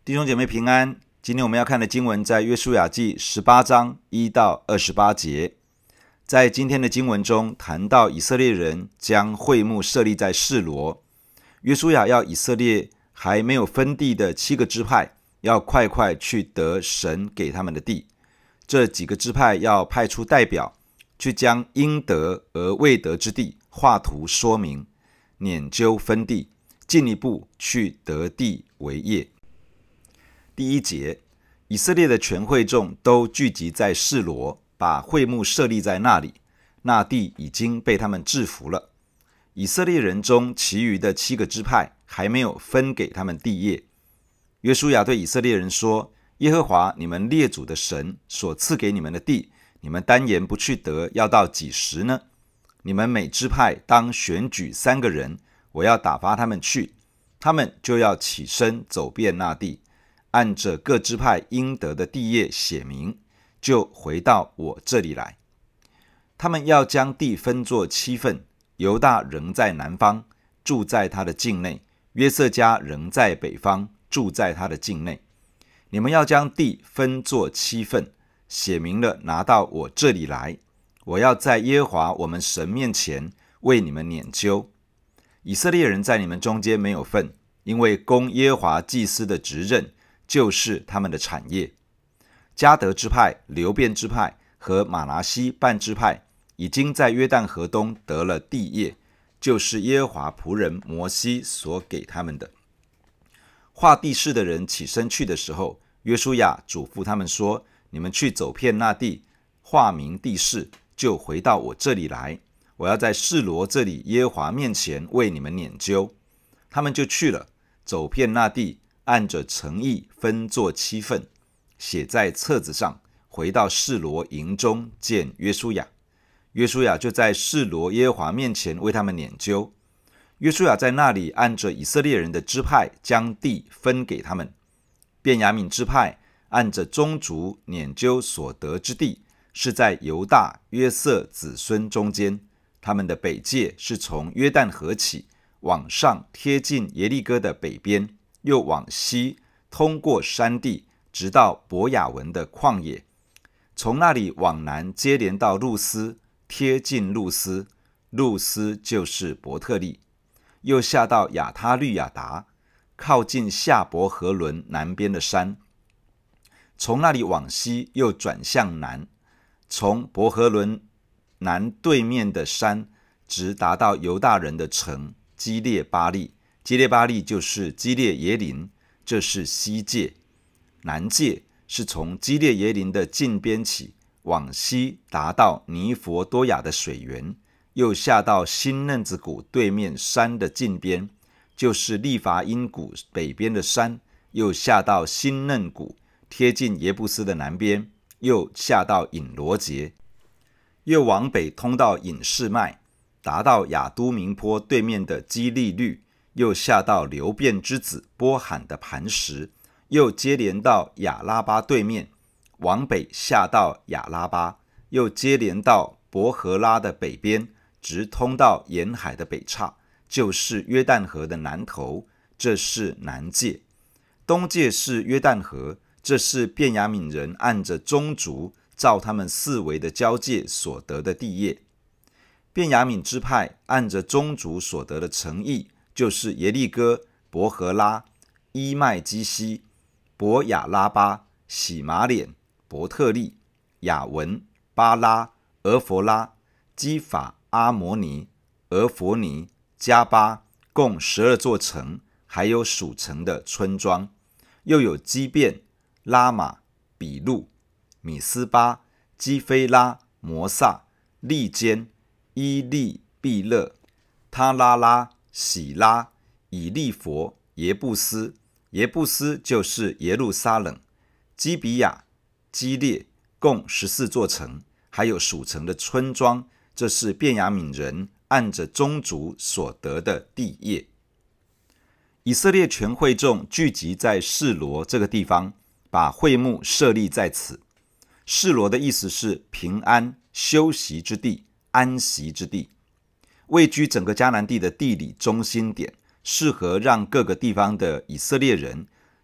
弟兄姐妹平安，今天我们要看的经文在约书亚记18章1到28节。在今天的经文中谈到以色列人将会幕设立在示罗，约书亚要以色列还没有分地的7个支派要快快去得神给他们的地。这几个支派要派出代表去将应得而未得之地画图说明，研究分地，进一步去得地为业。第1节，以色列的全会众都聚集在示罗，把会幕设立在那里，那地已经被他们制服了。以色列人中其余的7个支派还没有分给他们地业。约书亚对以色列人说，耶和华你们列祖的神所赐给你们的地，你们单言不去得，要到几时呢？你们每支派当选举3个人，我要打发他们去，他们就要起身走遍那地，按着各支派应得的地业写明，就回到我这里来。他们要将地分作7份，犹大仍在南方，住在他的境内；约瑟家仍在北方，住在他的境内。你们要将地分作7份，写明了拿到我这里来，我要在耶和华我们神面前为你们研究。以色列人在你们中间没有份，因为供耶和华祭司的职任就是他们的产业。迦得支派、流便支派和玛拿西半支派已经在约旦河东得了地业，就是耶和华仆人摩西所给他们的。画地势的人起身去的时候，约书亚嘱咐他们说，你们去走遍那地，画明地势，就回到我这里来，我要在示罗这里耶和华面前为你们研究。他们就去了，走遍那地，按着城邑分作7份，写在册子上，回到示罗营中见约书亚。约书亚就在示罗耶和华面前为他们研究。约书亚在那里按着以色列人的支派将地分给他们。便雅悯支派按着宗族研究所得之地，是在犹大约瑟子孙中间。他们的北界是从约旦河起，往上贴近耶利哥的北边，又往西通过山地，直到伯雅文的旷野，从那里往南接连到路斯，贴近路斯，路斯就是伯特利，又下到亚他律亚达，靠近下伯和伦南边的山，从那里往西又转向南，从伯和伦南对面的山，直达到犹大人的城基列巴利。基列巴利就是基列耶琳，这是西界。南界是从基列耶琳的近边起，往西达到尼佛多亚的水源，又下到新嫩子谷对面山的近边，就是利伐因谷北边的山，又下到新嫩谷，贴近耶布斯的南边，又下到隐罗节，又往北通到隐示麦，达到亚都明坡对面的基利律，又下到流便之子波罕的磐石，又接连到亚拉巴对面，往北下到亚拉巴，又接连到伯和拉的北边，直通到沿海的北岔，就是约旦河的南头，这是南界。东界是约旦河，这是便雅悯人按着宗族照他们4围的交界所得的地业。便雅悯支派按着宗族所得的城邑，就是耶利哥、伯和拉、伊麦基西、伯亚拉巴、喜马脸、伯特利、雅文、巴拉、俄弗拉、基法、阿摩尼、俄弗尼、加巴，共12座城，还有属城的村庄，又有基遍、拉玛、比路、米斯巴、基菲拉、摩萨、利坚、伊利毕勒、他拉拉、喜拉、以利佛、耶布斯。耶布斯就是耶路撒冷、基比亚、基列，共14座城，还有属城的村庄，这是便雅悯人按着宗族所得的地业。以色列全会众聚集在示罗这个地方，把会幕设立在此。示罗的意思是平安、休息之地、安息之地，位居整个迦南地的地理中心点，适合让各个地方的以色列人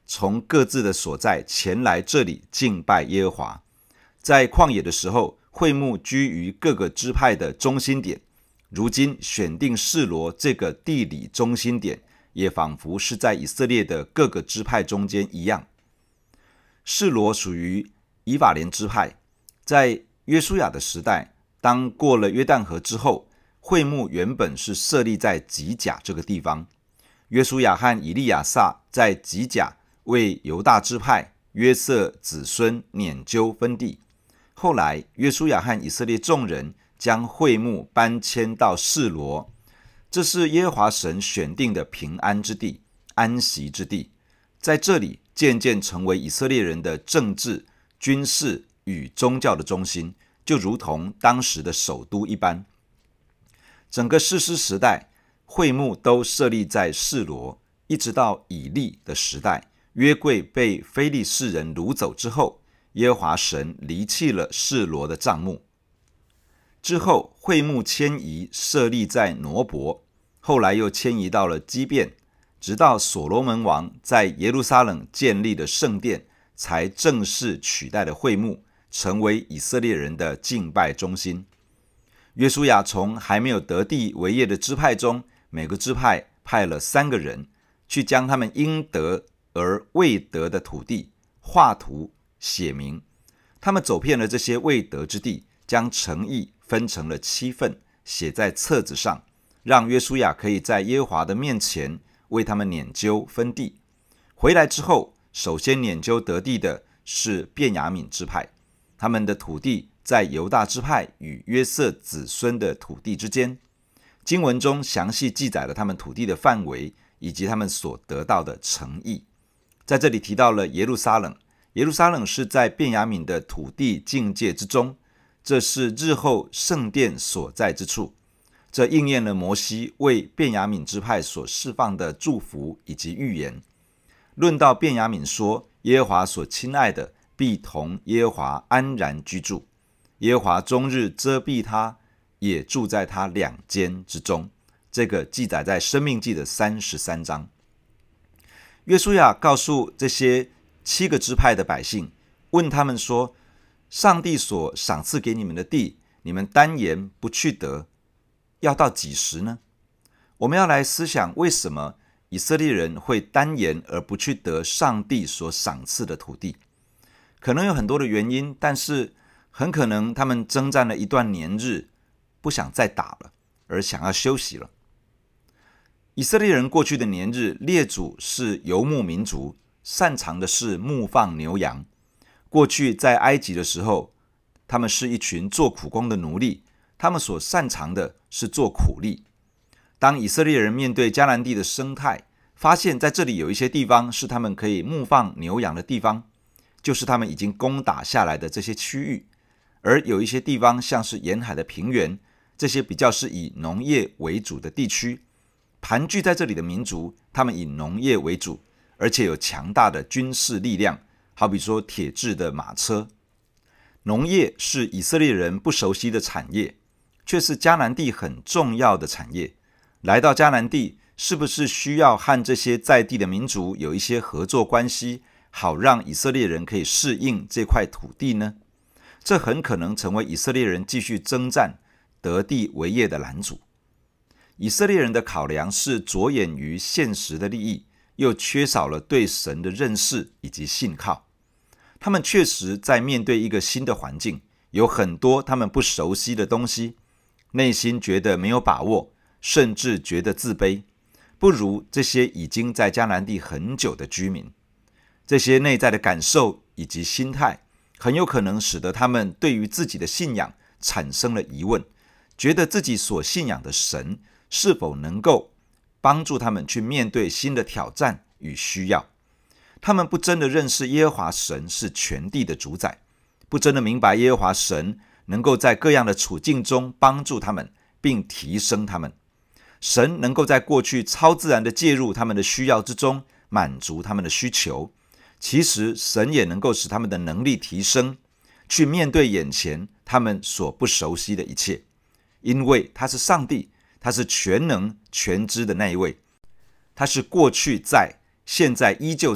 从各自的所在前来这里敬拜耶和华。在旷野的时候，会幕居于各个支派的中心点，如今选定示罗这个地理中心点，也仿佛是在以色列的各个支派中间一样。示罗属于以法莲支派，在约书亚的时代，当过了约旦河之后，会幕原本是设立在吉甲这个地方。约书亚和以利亚撒在吉甲为犹大支派约瑟子孙拈阄分地。后来约书亚和以色列众人将会幕搬迁到示罗，这是耶和华神选定的平安之地、安息之地，在这里渐渐成为以色列人的政治、军事与宗教的中心，就如同当时的首都一般。整个士师时代，会幕都设立在示罗，一直到以利的时代，约柜被非利士人掳走之后，耶和华神离弃了示罗的帐幕。之后，会幕迁移设立在挪伯，后来又迁移到了基遍，直到所罗门王在耶路撒冷建立的圣殿，才正式取代了会幕，成为以色列人的敬拜中心。约书亚从还没有得地为业的支派中，每个支派派了3个人，去将他们应得而未得的土地画图写明。他们走遍了这些未得之地，将城邑分成了7份，写在册子上，让约书亚可以在耶和华的面前为他们拈阄分地。回来之后，首先拈阄得地的是便雅悯支派，他们的土地在犹大支派与约瑟子孙的土地之间。经文中详细记载了他们土地的范围以及他们所得到的城邑。在这里提到了耶路撒冷，耶路撒冷是在便雅悯的土地境界之中，这是日后圣殿所在之处。这应验了摩西为便雅悯支派所释放的祝福以及预言。论到便雅悯说，耶和华所亲爱的必同耶和华安然居住，耶和华终日遮蔽他，也住在他两间之中。这个记载在申命记的33章。约书亚告诉这些7个支派的百姓，问他们说，上帝所赏赐给你们的地，你们单言不去得，要到几时呢？我们要来思想，为什么以色列人会单言而不去得上帝所赏赐的土地？可能有很多的原因，但是很可能他们征战了一段年日，不想再打了，而想要休息了。以色列人过去的年日，列祖是游牧民族，擅长的是牧放牛羊。过去在埃及的时候，他们是一群做苦工的奴隶，他们所擅长的是做苦力。当以色列人面对迦南地的生态，发现在这里有一些地方是他们可以牧放牛羊的地方，就是他们已经攻打下来的这些区域。而有一些地方像是沿海的平原，这些比较是以农业为主的地区。盘踞在这里的民族，他们以农业为主，而且有强大的军事力量，好比说铁制的马车。农业是以色列人不熟悉的产业，却是迦南地很重要的产业。来到迦南地，是不是需要和这些在地的民族有一些合作关系，好让以色列人可以适应这块土地呢？这很可能成为以色列人继续征战得地为业的拦阻。以色列人的考量是着眼于现实的利益，又缺少了对神的认识以及信靠。他们确实在面对一个新的环境，有很多他们不熟悉的东西，内心觉得没有把握，甚至觉得自卑，不如这些已经在迦南地很久的居民。这些内在的感受以及心态，很有可能使得他们对于自己的信仰产生了疑问，觉得自己所信仰的神是否能够帮助他们去面对新的挑战与需要。他们不真的认识耶和华神是全地的主宰，不真的明白耶和华神能够在各样的处境中帮助他们，并提升他们。神能够在过去超自然的介入他们的需要之中，满足他们的需求。其实神也能够使他们的能力提升，去面对眼前他们所不熟悉的一切。因为他是上帝，他是全能全知的那一位，他是过去在，现在依旧在，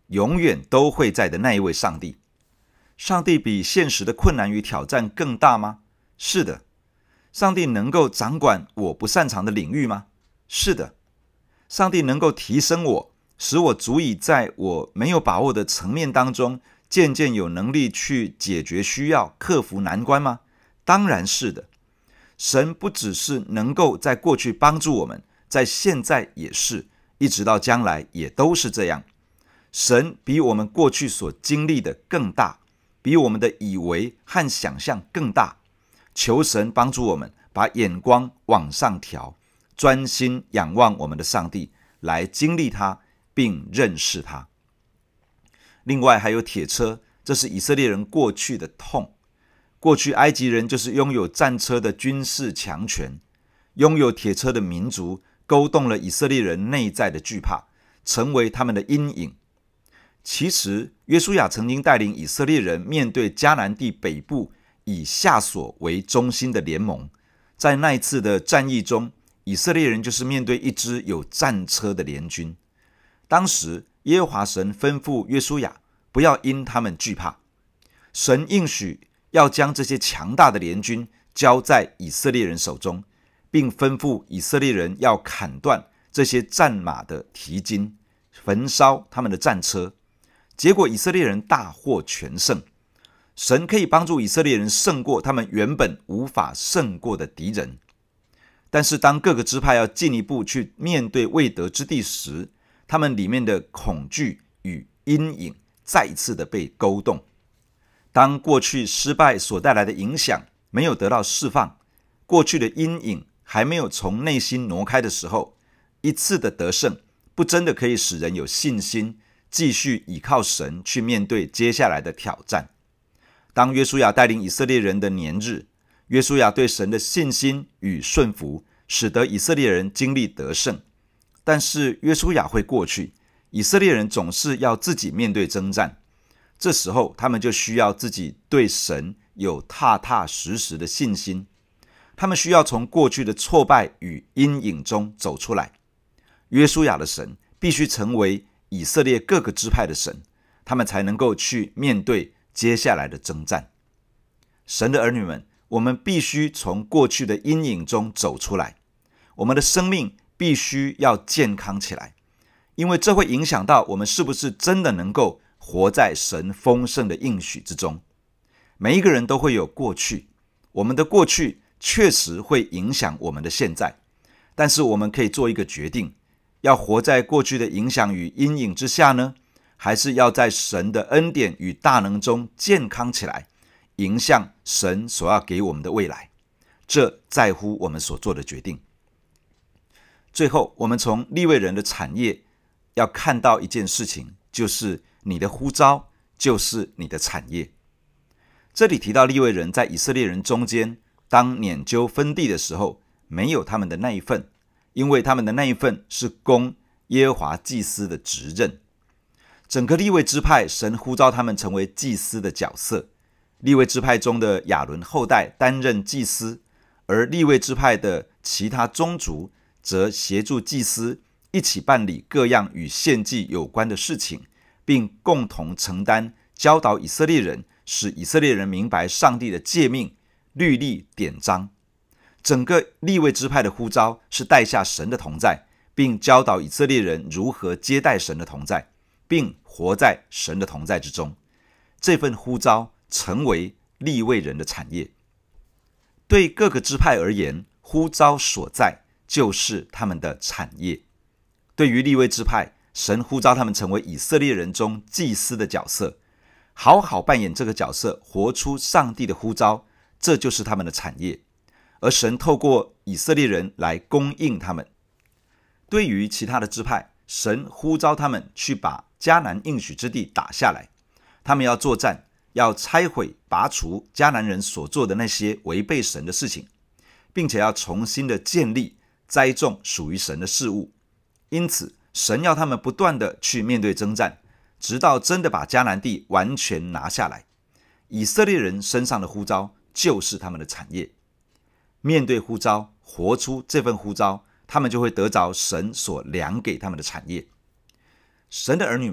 永远都会在的那一位上帝。上帝比现实的困难与挑战更大吗？是的。上帝能够掌管我不擅长的领域吗？是的。上帝能够提升我，使我足以在我没有把握的层面当中，渐渐有能力去解决需要，克服难关吗？当然是的。神不只是能够在过去帮助我们，在现在也是，一直到将来也都是这样。神比我们过去所经历的更大，比我们的以为和想象更大。求神帮助我们把眼光往上调，专心仰望我们的上帝，来经历他并认识他。另外还有铁车，这是以色列人过去的痛。过去埃及人就是拥有战车的军事强权，拥有铁车的民族勾动了以色列人内在的惧怕，成为他们的阴影。其实约书亚曾经带领以色列人面对迦南地北部以夏所为中心的联盟，在那一次的战役中，以色列人就是面对一支有战车的联军。当时耶和华神吩咐约书亚不要因他们惧怕，神应许要将这些强大的联军交在以色列人手中，并吩咐以色列人要砍断这些战马的蹄筋，焚烧他们的战车。结果以色列人大获全胜。神可以帮助以色列人胜过他们原本无法胜过的敌人。但是当各个支派要进一步去面对未得之地时，他们里面的恐惧与阴影再一次的被勾动。当过去失败所带来的影响没有得到释放，过去的阴影还没有从内心挪开的时候，一次的得胜不真的可以使人有信心继续倚靠神去面对接下来的挑战。当约书亚带领以色列人的年日，约书亚对神的信心与顺服，使得以色列人经历得胜。但是约书亚会过去，以色列人总是要自己面对征战，这时候他们就需要自己对神有踏踏实实的信心。他们需要从过去的挫败与阴影中走出来。约书亚的神必须成为以色列各个支派的神，他们才能够去面对接下来的征战。神的儿女们，我们必须从过去的阴影中走出来，我们的生命必须要健康起来，因为这会影响到我们是不是真的能够活在神丰盛的应许之中。每一个人都会有过去，我们的过去确实会影响我们的现在，但是我们可以做一个决定，要活在过去的影响与阴影之下呢，还是要在神的恩典与大能中健康起来，迎向神所要给我们的未来。这在乎我们所做的决定。最后，我们从利未人的产业要看到一件事情，就是你的呼召就是你的产业。这里提到利未人在以色列人中间，当拈阄分地的时候，没有他们的那一份，因为他们的那一份是供耶和华祭司的职任。整个利未支派，神呼召他们成为祭司的角色。利未支派中的亚伦后代担任祭司，而利未支派的其他宗族则协助祭司一起办理各样与献祭有关的事情，并共同承担教导以色列人，使以色列人明白上帝的诫命、律例、典章。整个利未支派的呼召是带下神的同在，并教导以色列人如何接待神的同在，并活在神的同在之中。这份呼召成为利未人的产业。对各个支派而言，呼召所在就是他们的产业。对于利未支派，神呼召他们成为以色列人中祭司的角色，好好扮演这个角色，活出上帝的呼召，这就是他们的产业。而神透过以色列人来供应他们。对于其他的支派，神呼召他们去把迦南应许之地打下来，他们要作战，要拆毁拔除迦南人所做的那些违背神的事情，并且要重新的建立栽种属于神的事物。因此神要他们不断的去面对征战，直到真的把迦南地完全拿下来。以色列人身上的呼召就是他们的产业。面对呼召，活出这份呼召，他们就会得着神所量给他们的产业。神的儿女们，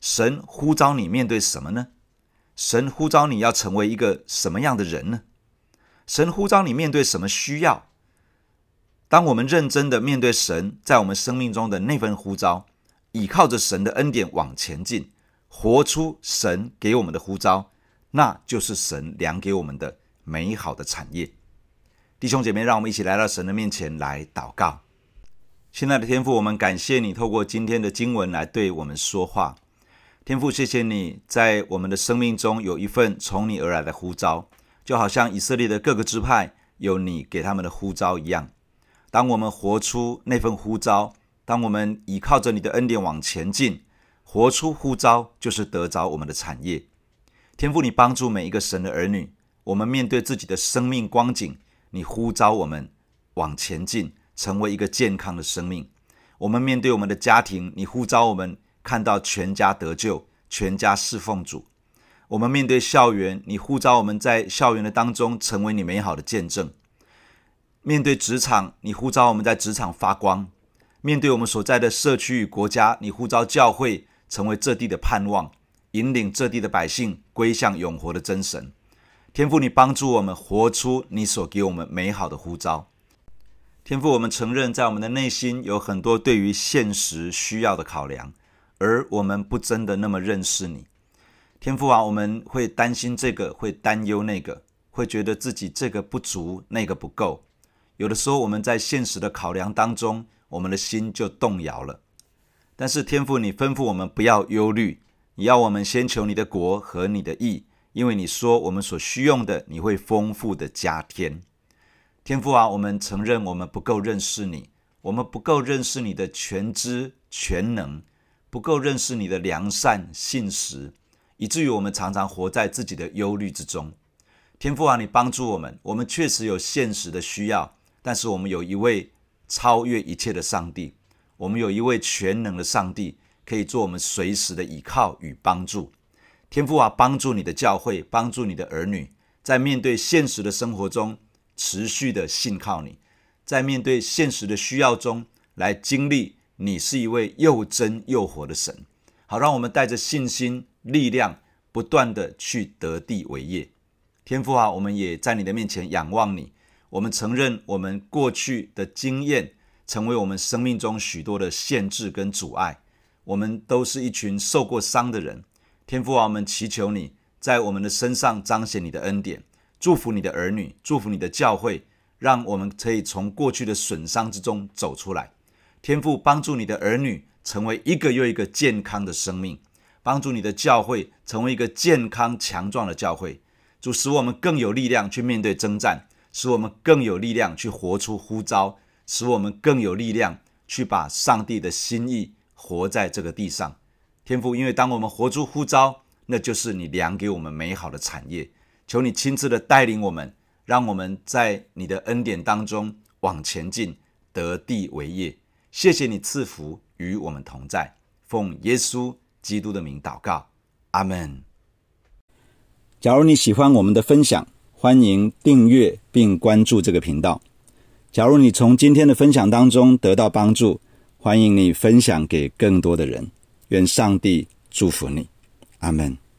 神呼召你面对什么呢？神呼召你要成为一个什么样的人呢？神呼召你面对什么需要？当我们认真的面对神在我们生命中的那份呼召，倚靠着神的恩典往前进，活出神给我们的呼召，那就是神量给我们的美好的产业。弟兄姐妹，让我们一起来到神的面前来祷告。亲爱的天父，我们感谢你透过今天的经文来对我们说话。天父，谢谢你在我们的生命中有一份从你而来的呼召，就好像以色列的各个支派有你给他们的呼召一样。当我们活出那份呼召，当我们倚靠着你的恩典往前进，活出呼召就是得着我们的产业。天父，你帮助每一个神的儿女，我们面对自己的生命光景，你呼召我们往前进，成为一个健康的生命。我们面对我们的家庭，你呼召我们看到全家得救，全家侍奉主。我们面对校园，你呼召我们在校园的当中成为你美好的见证。面对职场，你呼召我们在职场发光。面对我们所在的社区与国家，你呼召教会成为这地的盼望，引领这地的百姓归向永活的真神。天父，你帮助我们活出你所给我们美好的呼召。天父，我们承认在我们的内心有很多对于现实需要的考量，而我们不真的那么认识你。天父啊，我们会担心这个，会担忧那个，会觉得自己这个不足，那个不够。有的时候我们在现实的考量当中，我们的心就动摇了。但是天父，你吩咐我们不要忧虑，你要我们先求你的国和你的义，因为你说我们所需用的，你会丰富的加添。天父啊，我们承认我们不够认识你，我们不够认识你的全知全能，不够认识你的良善信实，以至于我们常常活在自己的忧虑之中。天父啊，你帮助我们，我们确实有现实的需要，但是我们有一位超越一切的上帝，我们有一位全能的上帝，可以做我们随时的依靠与帮助。天父啊，帮助你的教会，帮助你的儿女，在面对现实的生活中持续的信靠你，在面对现实的需要中来经历你是一位又真又活的神，好让我们带着信心力量不断的去得地为业。天父啊，我们也在你的面前仰望你，我们承认我们过去的经验成为我们生命中许多的限制跟阻碍，我们都是一群受过伤的人。天父啊，我们祈求你在我们的身上彰显你的恩典，祝福你的儿女，祝福你的教会，让我们可以从过去的损伤之中走出来。天父，帮助你的儿女成为一个又一个健康的生命，帮助你的教会成为一个健康强壮的教会。主，使我们更有力量去面对征战，使我们更有力量去活出呼召，使我们更有力量去把上帝的心意活在这个地上。天父，因为当我们活出呼召，那就是你量给我们美好的产业。求你亲自的带领我们，让我们在你的恩典当中往前进，得地为业。谢谢你赐福与我们同在，奉耶稣基督的名祷告，阿们。假如你喜欢我们的分享，欢迎订阅并关注这个频道。假如你从今天的分享当中得到帮助，欢迎你分享给更多的人。愿上帝祝福你，阿们。